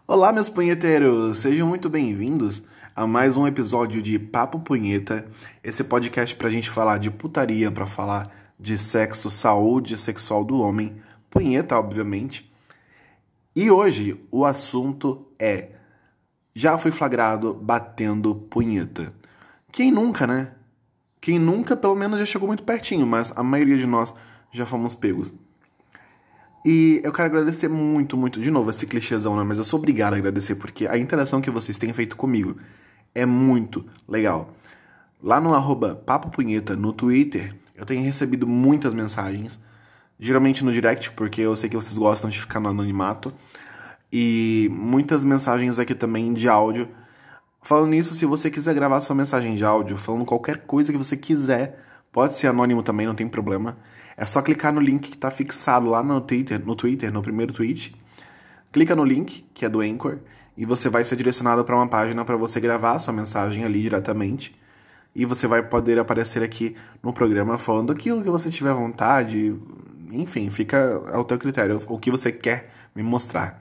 Olá, meus punheteiros! Sejam muito bem-vindos a mais um episódio de Papo Punheta, esse podcast pra gente falar de putaria, pra falar de sexo, saúde sexual do homem, punheta, obviamente. E hoje o assunto é: já fui flagrado batendo punheta. Quem nunca, né? Quem nunca, pelo menos, já chegou muito pertinho, mas a maioria de nós já fomos pegos. E eu quero agradecer muito, muito, de novo, esse clichêzão, né? Mas eu sou obrigado a agradecer, porque a interação que vocês têm feito comigo é muito legal. Lá no Papo Punheta, no Twitter, eu tenho recebido muitas mensagens, geralmente no direct, porque eu sei que vocês gostam de ficar no anonimato, e muitas mensagens aqui também de áudio. Falando nisso, se você quiser gravar sua mensagem de áudio, falando qualquer coisa que você quiser, pode ser anônimo também, não tem problema. É só clicar no link que está fixado lá no Twitter, no primeiro tweet. Clica no link, que é do Anchor, e você vai ser direcionado para uma página para você gravar sua mensagem ali diretamente. E você vai poder aparecer aqui no programa falando aquilo que você tiver vontade. Enfim, fica ao teu critério, o que você quer me mostrar.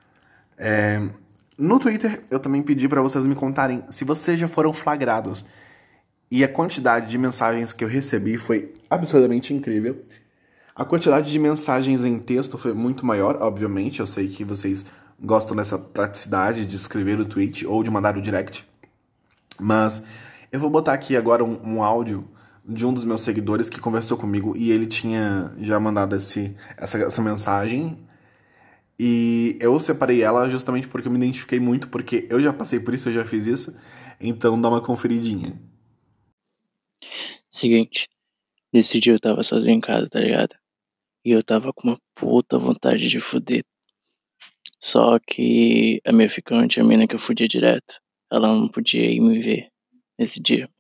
No Twitter, eu também pedi para vocês me contarem se vocês já foram flagrados. E a quantidade de mensagens que eu recebi foi absurdamente incrível. A quantidade de mensagens em texto foi muito maior, obviamente. Eu sei que vocês gostam dessa praticidade de escrever o tweet ou de mandar o direct. Mas eu vou botar aqui agora um áudio de um dos meus seguidores que conversou comigo e ele tinha já mandado essa mensagem. E eu separei ela justamente porque eu me identifiquei muito, porque eu já passei por isso, eu já fiz isso. Então dá uma conferidinha. Seguinte, nesse dia eu tava sozinho em casa, tá ligado? E eu tava com uma puta vontade de fuder. Só que a minha ficante, a mina que eu fudia direto, ela não podia ir me ver nesse dia.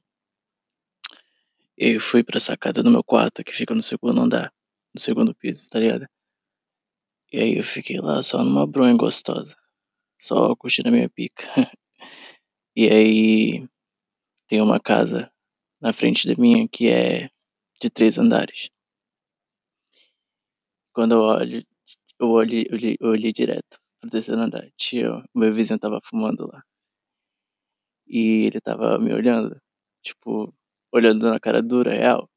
Eu fui pra sacada do meu quarto, que fica no segundo andar, no segundo piso, tá ligado? E aí eu fiquei lá só numa bronha gostosa, só curtindo a minha pica. E aí tem uma casa na frente da minha que é de 3 andares. Quando eu olhei direto pro terceiro andar. O meu vizinho tava fumando lá. E ele tava me olhando, tipo, olhando na cara dura, real.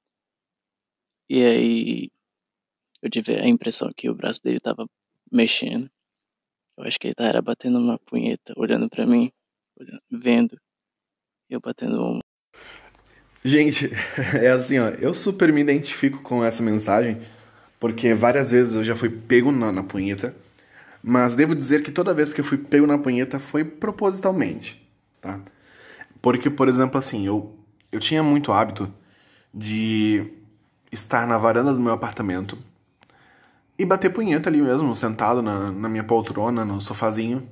E aí eu tive a impressão que o braço dele tava mexendo. Eu acho que ele tava batendo uma punheta, olhando pra mim, vendo, eu batendo uma. Gente, é assim, ó, eu super me identifico com essa mensagem, porque várias vezes eu já fui pego na punheta, mas devo dizer que toda vez que eu fui pego na punheta foi propositalmente, tá? Porque, por exemplo, assim, eu tinha muito hábito de estar na varanda do meu apartamento e bater punheta ali mesmo, sentado na minha poltrona, no sofazinho.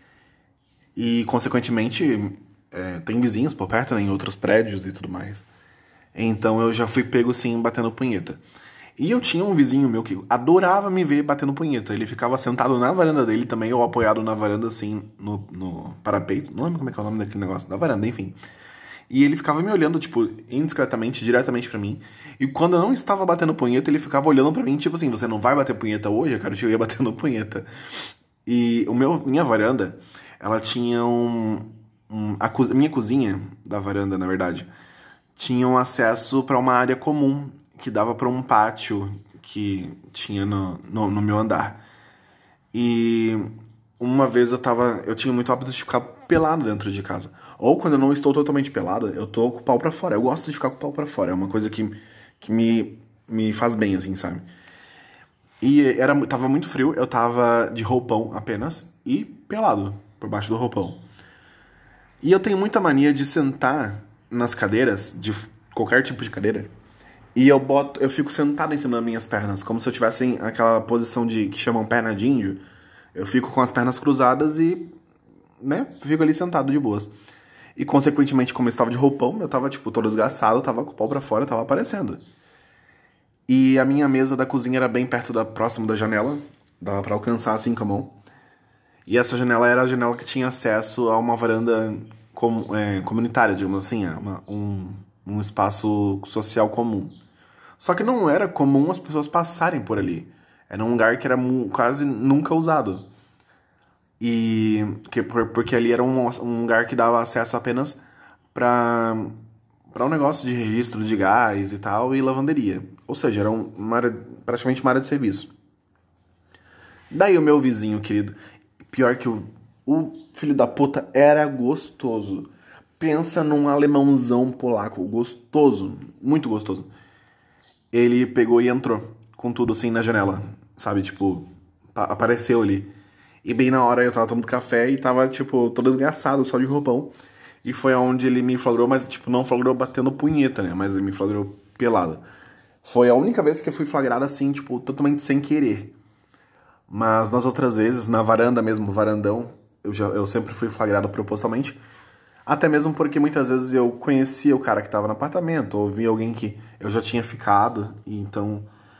E, consequentemente, tem vizinhos por perto, né, em outros prédios e tudo mais. Então eu já fui pego, sim, batendo punheta. E eu tinha um vizinho meu que adorava me ver batendo punheta. Ele ficava sentado na varanda dele também, ou apoiado na varanda, assim, no parapeito. Não lembro como é que é o nome daquele negócio. Da varanda, enfim. E ele ficava me olhando, tipo, indiscretamente, diretamente pra mim. E quando eu não estava batendo punheta, ele ficava olhando pra mim, tipo assim, você não vai bater punheta hoje? Eu quero te ver batendo punheta. E minha varanda, ela tinha minha cozinha da varanda, na verdade, tinha um acesso para uma área comum que dava para um pátio que tinha no meu andar. E uma vez eu tinha muito hábito de ficar pelado dentro de casa. Ou quando eu não estou totalmente pelado, eu tô com o pau pra fora. Eu gosto de ficar com o pau pra fora. É uma coisa que me faz bem, assim, sabe? E tava muito frio, eu tava de roupão apenas e pelado por baixo do roupão. E eu tenho muita mania de sentar nas cadeiras, de qualquer tipo de cadeira, e eu fico sentado em cima das minhas pernas, como se eu tivesse em aquela posição que chamam perna de índio. Eu fico com as pernas cruzadas e, né, fico ali sentado de boas. E, consequentemente, como eu estava de roupão, eu tava, tipo, todo esgaçado, tava com o pau pra fora, tava aparecendo. E a minha mesa da cozinha era bem perto próximo da janela, dava pra alcançar assim com a mão. E essa janela era a janela que tinha acesso a uma varanda comunitária, digamos assim, um espaço social comum. Só que não era comum as pessoas passarem por ali. Era um lugar que era quase nunca usado. Porque ali era um lugar que dava acesso apenas para um negócio de registro de gás e tal, e lavanderia. Ou seja, era praticamente uma área de serviço. Daí o meu vizinho, querido, pior que o filho da puta era gostoso. Pensa num alemãozão polaco, gostoso, muito gostoso. Ele pegou e entrou com tudo assim na janela, sabe? Tipo, apareceu ali. E bem na hora eu tava tomando café e tava, tipo, todo esgaçado, só de roupão. E foi onde ele me flagrou, mas, tipo, não flagrou batendo punheta, né? Mas ele me flagrou pelado. Foi a única vez que eu fui flagrado assim, tipo, totalmente sem querer. Mas nas outras vezes, na varanda mesmo, varandão, eu sempre fui flagrado propositalmente. Até mesmo porque muitas vezes eu conhecia o cara que tava no apartamento, ou via alguém que eu já tinha ficado, e então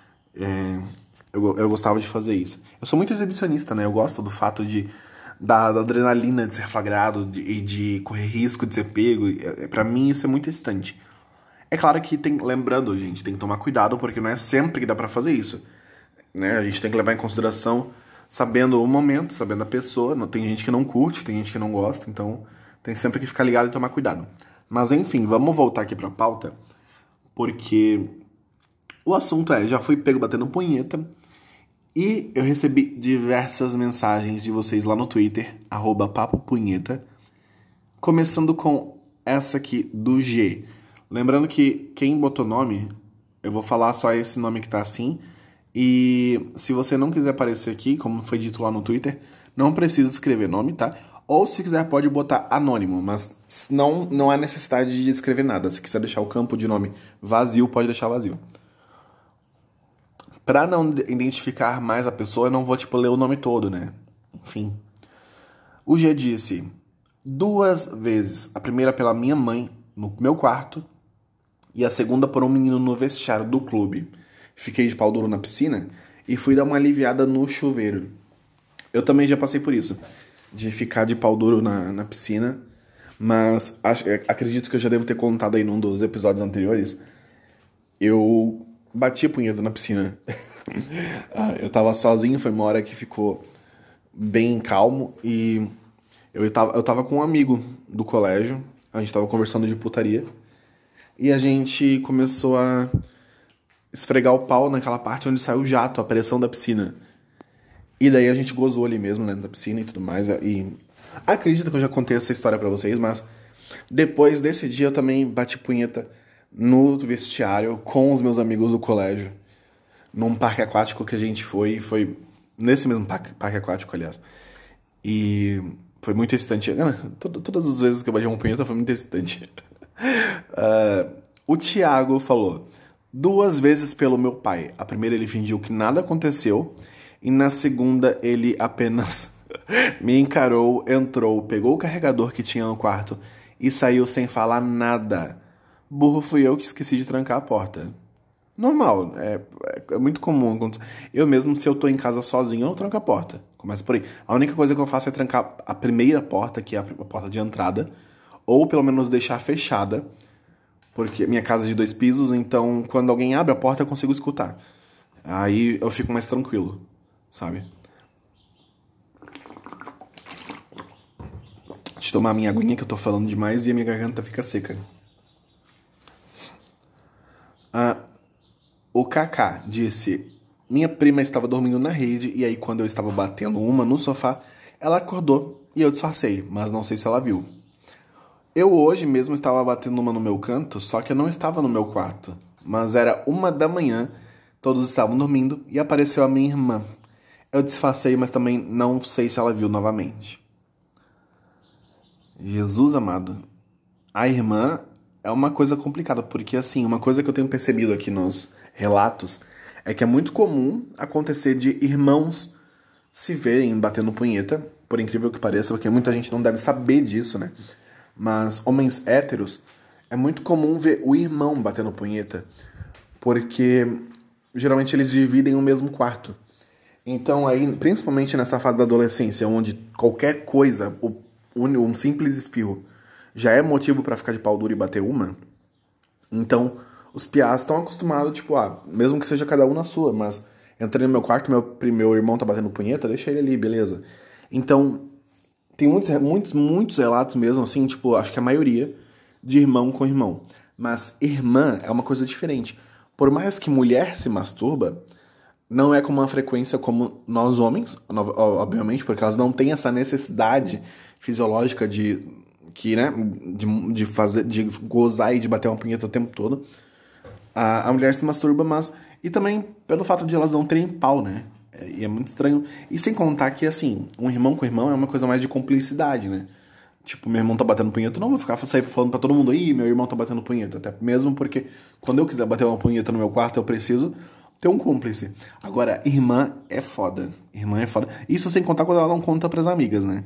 eu gostava de fazer isso. Eu sou muito exibicionista, né? Eu gosto do fato da adrenalina de ser flagrado e de correr risco de ser pego. Pra mim isso é muito excitante. É claro que lembrando, gente, tem que tomar cuidado porque não é sempre que dá pra fazer isso, né? A gente tem que levar em consideração sabendo o momento, sabendo a pessoa. Tem gente que não curte, tem gente que não gosta, então tem sempre que ficar ligado e tomar cuidado. Mas enfim, vamos voltar aqui pra pauta, porque o assunto já fui pego batendo punheta e eu recebi diversas mensagens de vocês lá no Twitter, @papopunheta, começando com essa aqui do G. Lembrando que quem botou nome, eu vou falar só esse nome que tá assim. E se você não quiser aparecer aqui, como foi dito lá no Twitter, não precisa escrever nome, tá? Ou se quiser pode botar anônimo, mas não há necessidade de escrever nada. Se quiser deixar o campo de nome vazio, pode deixar vazio. Pra não identificar mais a pessoa, eu não vou, tipo, ler o nome todo, né? Enfim. O G disse 2 vezes. A primeira pela minha mãe, no meu quarto, e a segunda por um menino no vestiário do clube. Fiquei de pau duro na piscina e fui dar uma aliviada no chuveiro. Eu também já passei por isso, de ficar de pau duro na piscina, mas acredito que eu já devo ter contado aí num dos episódios anteriores. Eu bati a punheta na piscina. Eu tava sozinho, foi uma hora que ficou bem calmo e eu tava com um amigo do colégio, a gente tava conversando de putaria e a gente começou a esfregar o pau naquela parte onde sai o jato, a pressão da piscina. E daí a gente gozou ali mesmo, né, da piscina e tudo mais. E acredito que eu já contei essa história pra vocês, mas depois desse dia eu também bati punheta no vestiário com os meus amigos do colégio, num parque aquático que a gente foi nesse mesmo parque aquático, aliás. E foi muito excitante. Todas as vezes que eu bati uma punheta foi muito excitante. O Thiago falou 2 vezes pelo meu pai. A primeira ele fingiu que nada aconteceu. E na segunda ele apenas me encarou, entrou, pegou o carregador que tinha no quarto e saiu sem falar nada. Burro fui eu que esqueci de trancar a porta. Normal, é muito comum. Eu mesmo, se eu tô em casa sozinho, eu não tranco a porta. Começa por aí. A única coisa que eu faço é trancar a primeira porta, que é a porta de entrada, ou pelo menos deixar fechada, porque minha casa é de 2 pisos, então quando alguém abre a porta eu consigo escutar. Aí eu fico mais tranquilo, sabe? Deixa eu tomar minha aguinha que eu tô falando demais e a minha garganta fica seca. O Kaká disse: minha prima estava dormindo na rede e aí quando eu estava batendo uma no sofá, ela acordou e eu disfarcei, mas não sei se ela viu. Eu hoje mesmo estava batendo uma no meu canto, só que eu não estava no meu quarto. Mas era 1 da manhã, todos estavam dormindo e apareceu a minha irmã. Eu disfarcei, mas também não sei se ela viu novamente. Jesus amado. A irmã é uma coisa complicada, porque assim, uma coisa que eu tenho percebido aqui nos relatos é que é muito comum acontecer de irmãos se verem batendo punheta, por incrível que pareça, porque muita gente não deve saber disso, né? Mas homens héteros, é muito comum ver o irmão batendo punheta, porque geralmente eles dividem o mesmo quarto. Então aí, principalmente nessa fase da adolescência, onde qualquer coisa, um simples espirro, já é motivo pra ficar de pau duro e bater uma, então os piás estão acostumados, tipo, mesmo que seja cada um na sua, mas entrei no meu quarto, meu irmão tá batendo punheta, deixa ele ali, beleza. Então, tem muitos relatos mesmo, assim, tipo, acho que a maioria, de irmão com irmão. Mas irmã é uma coisa diferente. Por mais que mulher se masturba, não é com uma frequência como nós homens, obviamente, porque elas não têm essa necessidade fisiológica né, de fazer, de gozar e de bater uma punheta o tempo todo. A mulher se masturba, mas. E também pelo fato de elas não terem pau, né? E é muito estranho. E sem contar que, assim, um irmão com irmão é uma coisa mais de cumplicidade, né? Tipo, meu irmão tá batendo punheta, eu não vou sair falando pra todo mundo, ih, meu irmão tá batendo punheta. Até mesmo porque quando eu quiser bater uma punheta no meu quarto, eu preciso ter um cúmplice. Agora, irmã é foda. Irmã é foda. Isso sem contar quando ela não conta pras amigas, né?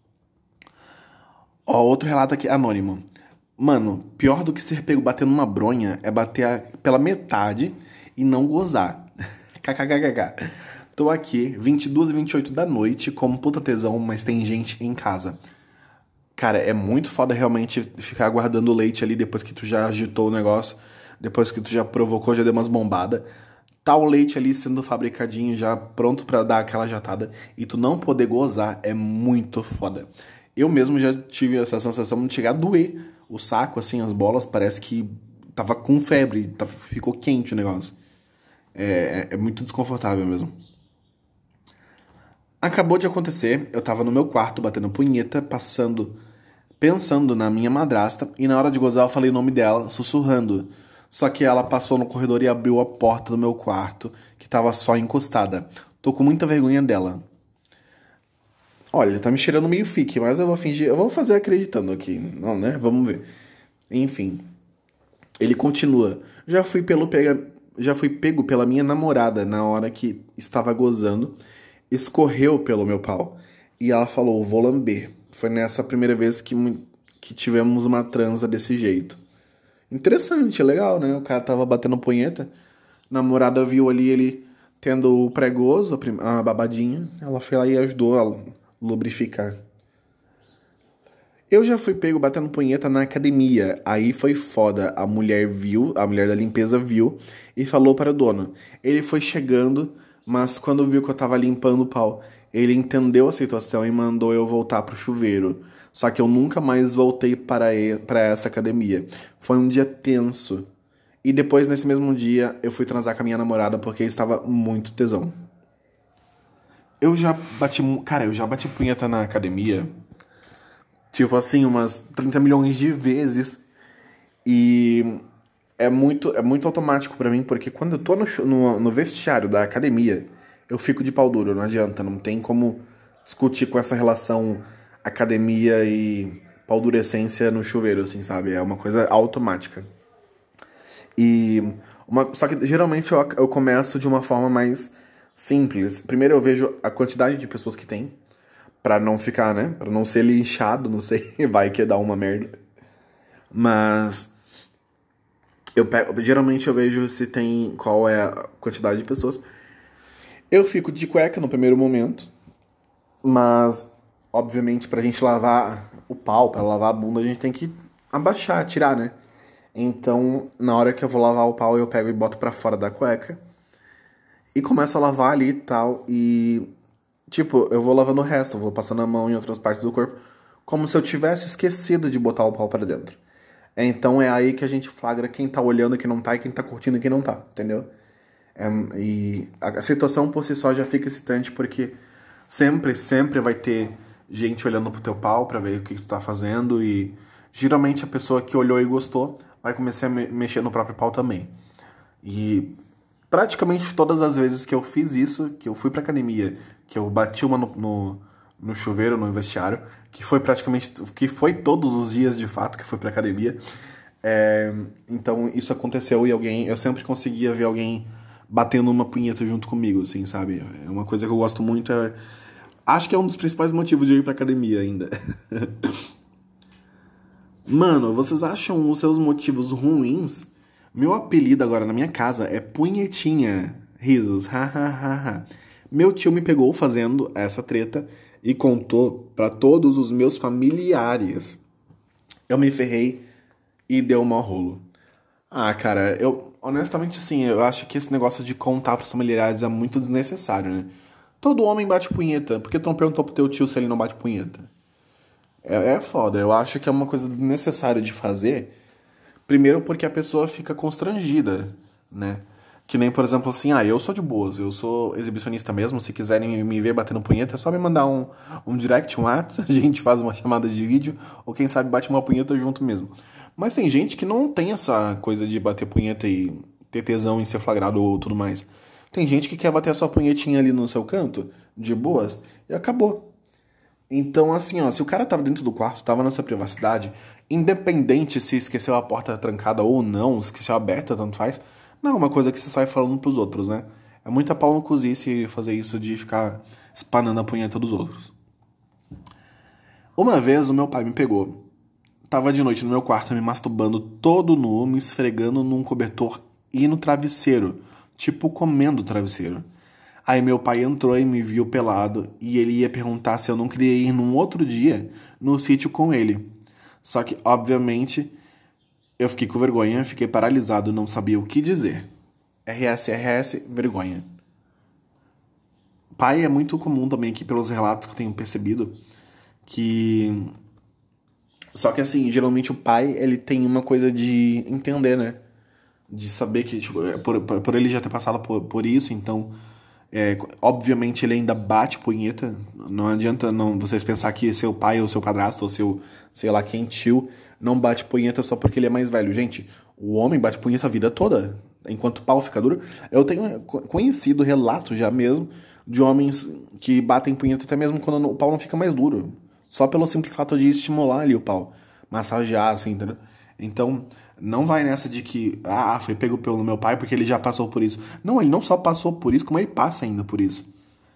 Ó, outro relato aqui, anônimo. Mano, pior do que ser pego batendo uma bronha é bater pela metade e não gozar. KKKKK. Tô aqui, 22h28 da noite, como puta tesão, mas tem gente em casa. Cara, é muito foda realmente ficar guardando o leite ali depois que tu já agitou o negócio, depois que tu já provocou, já deu umas bombadas. Tá o leite ali sendo fabricadinho, já pronto pra dar aquela jatada, e tu não poder gozar é muito foda. Eu mesmo já tive essa sensação de chegar a doer o saco, assim, as bolas, parece que tava com febre, ficou quente o negócio. É muito desconfortável mesmo. Acabou de acontecer, eu tava no meu quarto batendo punheta, pensando na minha madrasta, e na hora de gozar eu falei o nome dela, sussurrando. Só que ela passou no corredor e abriu a porta do meu quarto, que tava só encostada. Tô com muita vergonha dela. Olha, tá me cheirando meio fique, mas eu vou fingir, eu vou fazer acreditando aqui, não, né? Vamos ver. Enfim, ele continua. Já fui pego pela minha namorada na hora que estava gozando, escorreu pelo meu pau e ela falou, vou lamber. Foi nessa primeira vez que tivemos uma transa desse jeito. Interessante, legal, né? O cara tava batendo punheta, a namorada viu ali ele tendo o pré-gozo, a babadinha, ela foi lá e ajudou a lubrificar. Eu já fui pego batendo punheta na academia. Aí foi foda. A mulher viu, a mulher da limpeza viu e falou para o dono. Ele foi chegando, mas quando viu que eu tava limpando o pau, ele entendeu a situação e mandou eu voltar pro chuveiro. Só que eu nunca mais voltei para essa academia. Foi um dia tenso. E depois, nesse mesmo dia, eu fui transar com a minha namorada porque estava muito tesão. Eu já bati. Cara, eu já bati punheta na academia. Tipo assim, umas 30 milhões de vezes. E é muito automático pra mim, porque quando eu tô no vestiário da academia, eu fico de pau duro, não adianta, não tem como discutir com essa relação academia e paldurecência no chuveiro, assim, sabe? É uma coisa automática. Só que geralmente eu começo de uma forma mais simples. Primeiro eu vejo a quantidade de pessoas que tem, pra não ficar, né? Pra não ser linchado, não sei, vai que dá uma merda. Mas geralmente eu vejo se tem qual é a quantidade de pessoas. Eu fico de cueca no primeiro momento, mas obviamente pra gente lavar o pau, pra lavar a bunda, a gente tem que abaixar, tirar, né? Então, na hora que eu vou lavar o pau, eu pego e boto pra fora da cueca e começo a lavar ali e tal. E, tipo, eu vou lavando o resto, eu vou passando a mão em outras partes do corpo, como se eu tivesse esquecido de botar o pau pra dentro. Então é aí que a gente flagra quem tá olhando e quem não tá, e quem tá curtindo e quem não tá, entendeu? E a situação por si só já fica excitante, porque sempre vai ter gente olhando pro teu pau pra ver o que tu tá fazendo, e geralmente a pessoa que olhou e gostou vai começar a mexer no próprio pau também. E praticamente todas as vezes que eu fiz isso, que eu fui pra academia, que eu bati uma no chuveiro, no vestiário, que foi todos os dias de fato que fui pra academia. Então isso aconteceu e eu sempre conseguia ver alguém batendo uma punheta junto comigo, assim, sabe? É uma coisa que eu gosto muito, acho que é um dos principais motivos de ir pra academia ainda. Mano, vocês acham os seus motivos ruins? Meu apelido agora na minha casa é Punhetinha. Risos, hahaha. Meu tio me pegou fazendo essa treta e contou pra todos os meus familiares. Eu me ferrei e deu um mau rolo. Ah, cara, eu honestamente assim, eu acho que esse negócio de contar pros familiares é muito desnecessário, né? Todo homem bate punheta. Por que tu não perguntou pro teu tio se ele não bate punheta? É foda. Eu acho que é uma coisa necessária de fazer. Primeiro porque a pessoa fica constrangida, né? Que nem, por exemplo, assim, eu sou de boas, eu sou exibicionista mesmo, se quiserem me ver batendo punheta, é só me mandar um direct, um WhatsApp, a gente faz uma chamada de vídeo, ou quem sabe bate uma punheta junto mesmo. Mas tem gente que não tem essa coisa de bater punheta e ter tesão em ser flagrado ou tudo mais. Tem gente que quer bater a sua punhetinha ali no seu canto, de boas, e acabou. Então, assim, ó, se o cara tava dentro do quarto, tava na sua privacidade, independente se esqueceu a porta trancada ou não, esqueceu aberta, tanto faz, não é uma coisa que você sai falando pros outros, né? É muita pau no cozice fazer isso de ficar espanando a punheta dos outros. Uma vez o meu pai me pegou. Tava de noite no meu quarto me masturbando todo nu, me esfregando num cobertor e no travesseiro, tipo comendo o travesseiro. Aí meu pai entrou e me viu pelado e ele ia perguntar se eu não queria ir num outro dia no sítio com ele. Só que, obviamente, eu fiquei com vergonha, fiquei paralisado, não sabia o que dizer. RS, vergonha. Pai é muito comum também aqui pelos relatos que eu tenho percebido que... Só que assim, geralmente o pai, ele tem uma coisa de entender, né? De saber que, tipo, por ele já ter passado por isso, então... obviamente ele ainda bate punheta. Não adianta vocês pensar que seu pai ou seu padrasto ou seu, sei lá quem, tio, não bate punheta só porque ele é mais velho. Gente, o homem bate punheta a vida toda, enquanto o pau fica duro. Eu tenho conhecido relatos já mesmo de homens que batem punheta até mesmo quando o pau não fica mais duro. Só pelo simples fato de estimular ali o pau. Massagear, assim, entendeu? Então, não vai nessa de que, foi pego pelo meu pai porque ele já passou por isso. Não, ele não só passou por isso, como ele passa ainda por isso.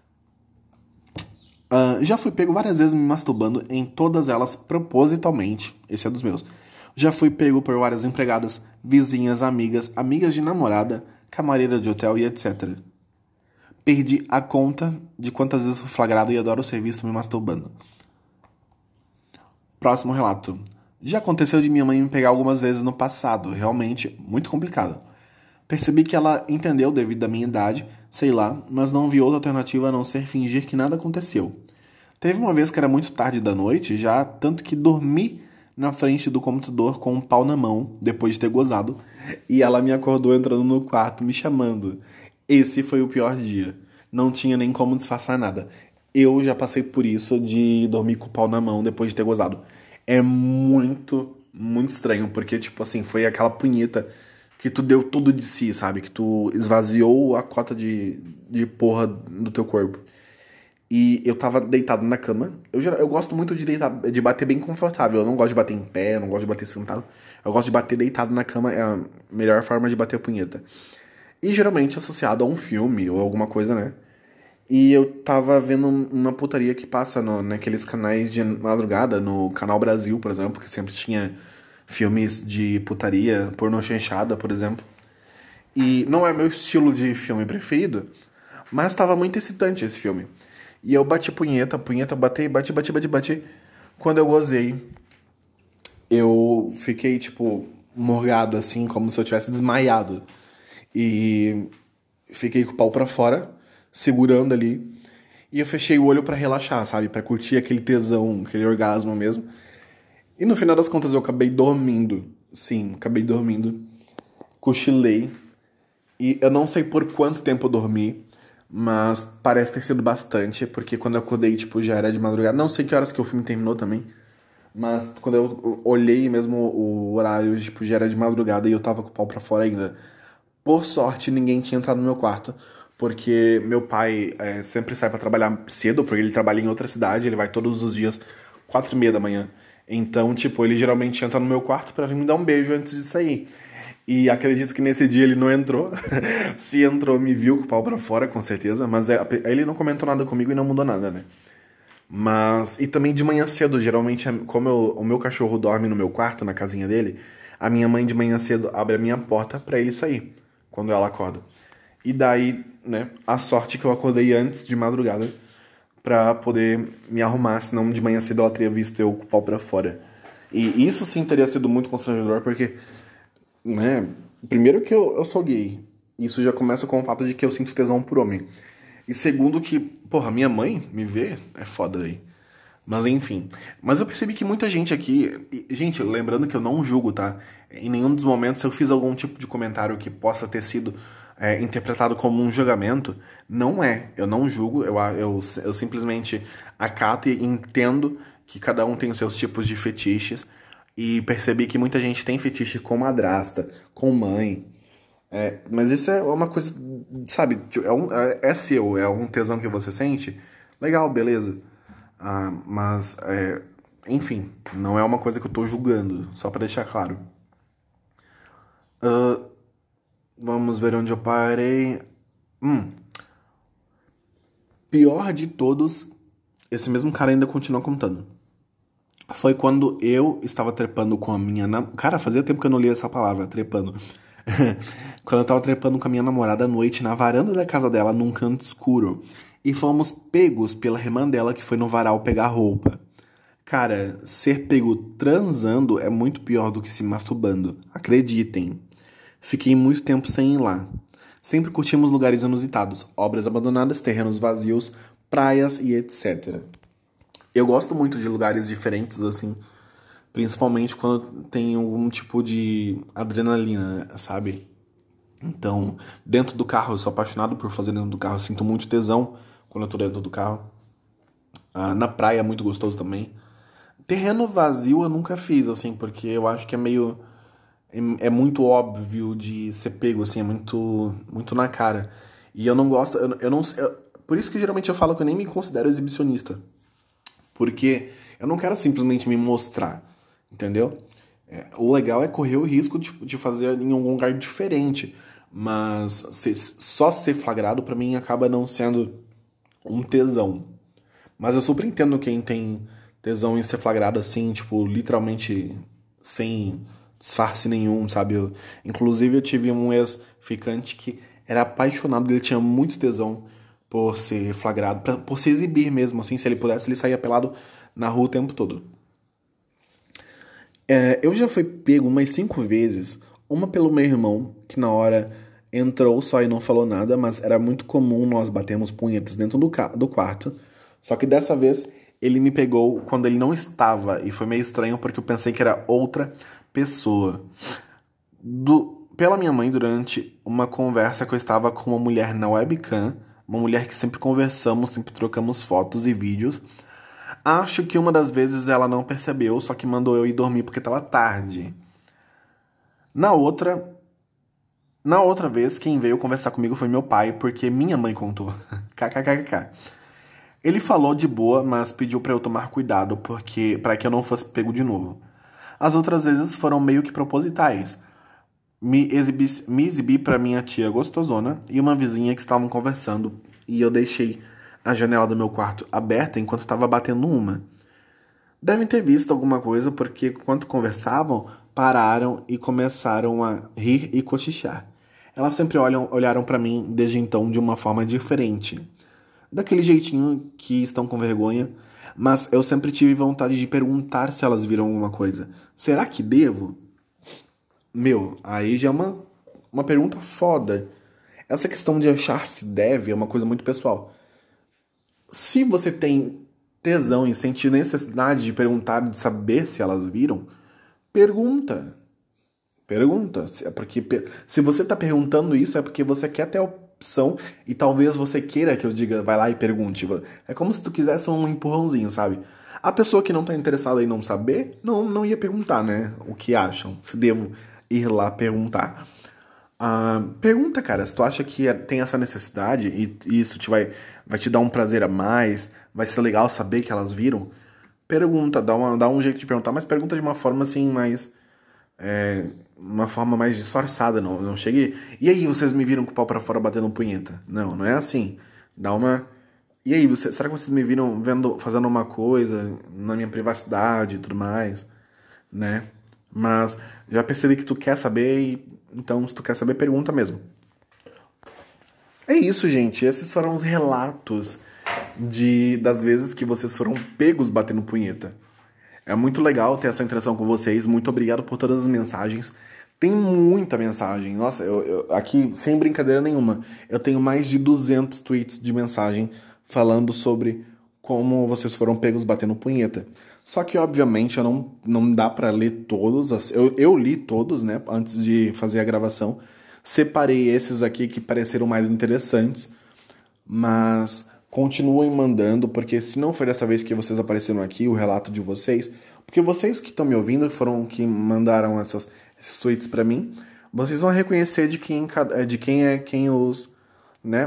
Já fui pego várias vezes me masturbando, em todas elas propositalmente. Esse é dos meus. Já fui pego por várias empregadas, vizinhas, amigas de namorada, camareira de hotel e etc. Perdi a conta de quantas vezes fui flagrado e adoro ser visto me masturbando. Próximo relato. Já aconteceu de minha mãe me pegar algumas vezes no passado, realmente muito complicado. Percebi que ela entendeu devido à minha idade, sei lá, mas não vi outra alternativa a não ser fingir que nada aconteceu. Teve uma vez que era muito tarde da noite, já tanto que dormi na frente do computador com um pau na mão, depois de ter gozado, e ela me acordou entrando no quarto, me chamando. Esse foi o pior dia. Não tinha nem como disfarçar nada. Eu já passei por isso de dormir com o pau na mão depois de ter gozado. É muito, muito estranho, porque, tipo assim, foi aquela punheta que tu deu tudo de si, sabe? Que tu esvaziou a cota de porra do teu corpo. E eu tava deitado na cama. Eu gosto muito de deitar, de bater bem confortável. Eu não gosto de bater em pé, eu não gosto de bater sentado. Eu gosto de bater deitado na cama, é a melhor forma de bater a punheta. E geralmente associado a um filme ou alguma coisa, né? E eu tava vendo uma putaria que passa naqueles canais de madrugada, no Canal Brasil, por exemplo, que sempre tinha filmes de putaria, pornô chanchada, por exemplo. E não é meu estilo de filme preferido, mas tava muito excitante esse filme. E eu bati punheta, bati. Quando eu gozei, eu fiquei, tipo, morgado, assim, como se eu tivesse desmaiado. E fiquei com o pau pra fora, segurando ali. E eu fechei o olho pra relaxar, sabe? Pra curtir aquele tesão, aquele orgasmo mesmo. E no final das contas eu acabei dormindo. Sim, acabei dormindo. Cochilei. E eu não sei por quanto tempo eu dormi, mas parece ter sido bastante, porque quando eu acordei, tipo, já era de madrugada. Não sei que horas que o filme terminou também, mas quando eu olhei mesmo o horário, tipo, já era de madrugada e eu tava com o pau pra fora ainda. Por sorte, ninguém tinha entrado no meu quarto, porque meu pai sempre sai pra trabalhar cedo, porque ele trabalha em outra cidade, ele vai todos os dias, 4:30 da manhã. Então, tipo, ele geralmente entra no meu quarto pra vir me dar um beijo antes de sair. E acredito que nesse dia ele não entrou. Se entrou, me viu com o pau pra fora, com certeza. Mas ele não comentou nada comigo e não mudou nada, né? Mas... E também de manhã cedo, geralmente, como o meu cachorro dorme no meu quarto, na casinha dele, a minha mãe de manhã cedo abre a minha porta pra ele sair, quando ela acorda. E daí, né, a sorte que eu acordei antes de madrugada pra poder me arrumar, senão de manhã cedo ela teria visto eu com o pau pra fora. E isso sim teria sido muito constrangedor, porque... né? Primeiro que eu sou gay. Isso já começa com o fato de que eu sinto tesão por homem. E segundo que, porra, minha mãe me vê, é foda aí. Mas enfim. Mas eu percebi que muita gente aqui. Gente, lembrando que eu não julgo, tá? Em nenhum dos momentos eu fiz algum tipo de comentário que possa ter sido interpretado como um julgamento. Não é. Eu não julgo. Eu simplesmente acato e entendo que cada um tem os seus tipos de fetiches. E percebi que muita gente tem fetiche com madrasta, com mãe. Mas isso é uma coisa, sabe? Tipo, é seu, é um tesão que você sente. Legal, beleza. Mas, enfim, não é uma coisa que eu tô julgando, só pra deixar claro. Vamos ver onde eu parei. Pior de todos, esse mesmo cara ainda continua contando. Foi quando eu estava trepando com a minha... Cara, fazia tempo que eu não lia essa palavra, trepando. Quando eu tava trepando com a minha namorada à noite na varanda da casa dela, num canto escuro. E fomos pegos pela irmã dela que foi no varal pegar roupa. Cara, ser pego transando é muito pior do que se masturbando. Acreditem. Fiquei muito tempo sem ir lá. Sempre curtimos lugares inusitados, obras abandonadas, terrenos vazios, praias e etc. Eu gosto muito de lugares diferentes, assim, principalmente quando tem algum tipo de adrenalina, sabe? Então, dentro do carro, eu sou apaixonado por fazer dentro do carro, eu sinto muito tesão quando eu tô dentro do carro. Na praia é muito gostoso também. Terreno vazio eu nunca fiz, assim, porque eu acho que é meio. É muito óbvio de ser pego, assim, é muito na cara. E eu não gosto. Eu não, por isso que geralmente eu falo que eu nem me considero exibicionista. Porque eu não quero simplesmente me mostrar, entendeu? O legal é correr o risco de fazer em algum lugar diferente. Mas só ser flagrado pra mim acaba não sendo um tesão. Mas eu super entendo quem tem tesão em ser flagrado assim, tipo, literalmente sem disfarce nenhum, sabe? Inclusive eu tive um ex-ficante que era apaixonado, ele tinha muito tesão por ser flagrado, por se exibir mesmo, assim, se ele pudesse, ele saía pelado na rua o tempo todo. Eu já fui pego umas 5 vezes, uma pelo meu irmão, que na hora entrou só e não falou nada, mas era muito comum nós batermos punhetas dentro do quarto. Só que dessa vez ele me pegou quando ele não estava, e foi meio estranho porque eu pensei que era outra pessoa. Pela minha mãe, durante uma conversa que eu estava com uma mulher na webcam, uma mulher que sempre conversamos, sempre trocamos fotos e vídeos. Acho que uma das vezes ela não percebeu, só que mandou eu ir dormir porque estava tarde. Na outra, na outra vez, quem veio conversar comigo foi meu pai, porque minha mãe contou. KKKK. Ele falou de boa, mas pediu pra eu tomar cuidado, porque para que eu não fosse pego de novo. As outras vezes foram meio que propositais. Me exibi pra minha tia gostosona e uma vizinha que estavam conversando, e eu deixei a janela do meu quarto aberta enquanto estava batendo uma. Devem ter visto alguma coisa, porque enquanto conversavam, pararam e começaram a rir e cochichar. Elas sempre olharam para mim desde então de uma forma diferente. Daquele jeitinho que estão com vergonha, mas eu sempre tive vontade de perguntar se elas viram alguma coisa. Será que devo? Meu, aí já é uma pergunta foda. Essa questão de achar se deve é uma coisa muito pessoal. Se você tem tesão e sentir necessidade de perguntar, de saber se elas viram, pergunta. Pergunta. É porque se você tá perguntando isso é porque você quer ter a opção e talvez você queira que eu diga, vai lá e pergunte. É como se tu quisesse um empurrãozinho, sabe? A pessoa que não tá interessada em não saber, não ia perguntar, né? O que acham? Se devo ir lá perguntar. Pergunta, cara, se tu acha que tem essa necessidade e isso vai te dar um prazer a mais, vai ser legal saber que elas viram, pergunta, dá um jeito de perguntar, mas pergunta de uma forma assim mais. Uma forma mais disfarçada, não chegue. E aí, vocês me viram com o pau pra fora batendo punheta? Não é assim. Dá uma. E aí, será que vocês me viram fazendo uma coisa na minha privacidade e tudo mais, né? Mas já percebi que tu quer saber e então se tu quer saber, pergunta mesmo. É isso, gente. Esses foram os relatos das vezes que vocês foram pegos batendo punheta. É muito legal ter essa interação com vocês. Muito obrigado por todas as mensagens. Tem muita mensagem. Nossa, aqui, sem brincadeira nenhuma, eu tenho mais de 200 tweets de mensagem falando sobre como vocês foram pegos batendo punheta. Só que, obviamente, não dá pra ler todos. Eu li todos, né, antes de fazer a gravação. Separei esses aqui que pareceram mais interessantes, mas continuem mandando, porque se não foi dessa vez que vocês apareceram aqui, o relato de vocês, porque vocês que estão me ouvindo, foram que mandaram esses tweets pra mim, vocês vão reconhecer de quem é quem os, né,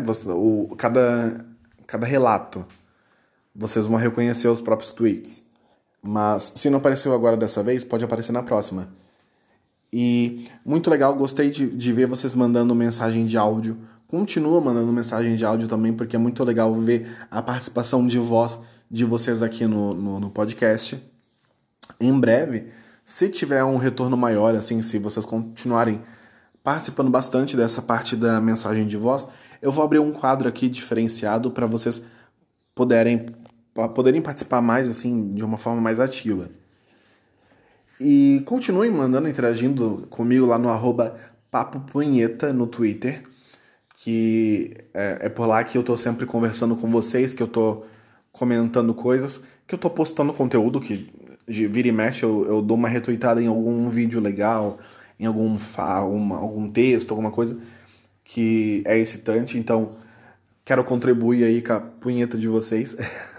cada relato. Vocês vão reconhecer os próprios tweets. Mas se não apareceu agora dessa vez, pode aparecer na próxima. E muito legal, gostei de ver vocês mandando mensagem de áudio. Continua mandando mensagem de áudio também, porque é muito legal ver a participação de voz de vocês aqui no podcast. Em breve, se tiver um retorno maior, assim, se vocês continuarem participando bastante dessa parte da mensagem de voz, eu vou abrir um quadro aqui diferenciado para vocês poderem participar mais, assim, de uma forma mais ativa. E continuem mandando, interagindo comigo lá no @papopunheta no Twitter, que é por lá que eu tô sempre conversando com vocês, que eu tô comentando coisas, que eu tô postando conteúdo, que de vira e mexe eu dou uma retweetada em algum vídeo legal, em algum texto, alguma coisa que é excitante, então quero contribuir aí com a punheta de vocês.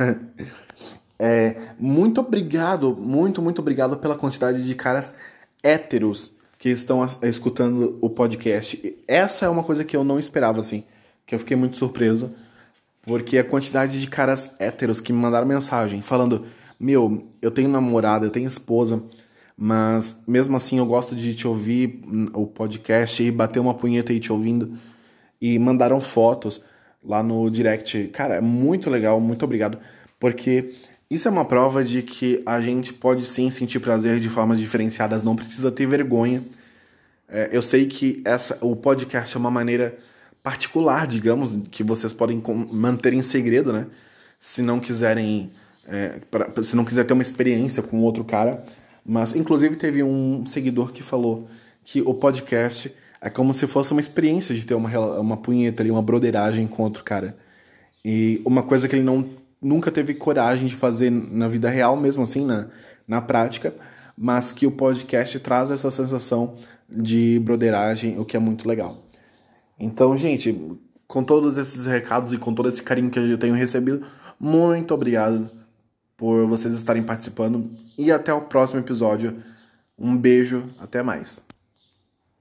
Muito obrigado, muito obrigado pela quantidade de caras héteros que estão escutando o podcast. Essa é uma coisa que eu não esperava, assim, que eu fiquei muito surpreso, porque a quantidade de caras héteros que me mandaram mensagem falando: meu, eu tenho namorada, eu tenho esposa, mas mesmo assim eu gosto de te ouvir o podcast e bater uma punheta aí te ouvindo. E mandaram fotos lá no direct. Cara, é muito legal, muito obrigado, porque isso é uma prova de que a gente pode sim sentir prazer de formas diferenciadas, não precisa ter vergonha. Eu sei que o podcast é uma maneira particular, digamos, que vocês podem manter em segredo, né? Se não quiserem, se não quiser ter uma experiência com outro cara. Mas, inclusive, teve um seguidor que falou que o podcast é como se fosse uma experiência de ter uma punheta ali, uma broderagem com outro cara. E uma coisa que ele nunca teve coragem de fazer na vida real, mesmo assim, na prática, mas que o podcast traz essa sensação de broderagem, o que é muito legal. Então, gente, com todos esses recados e com todo esse carinho que eu tenho recebido, muito obrigado por vocês estarem participando e até o próximo episódio. Um beijo, até mais.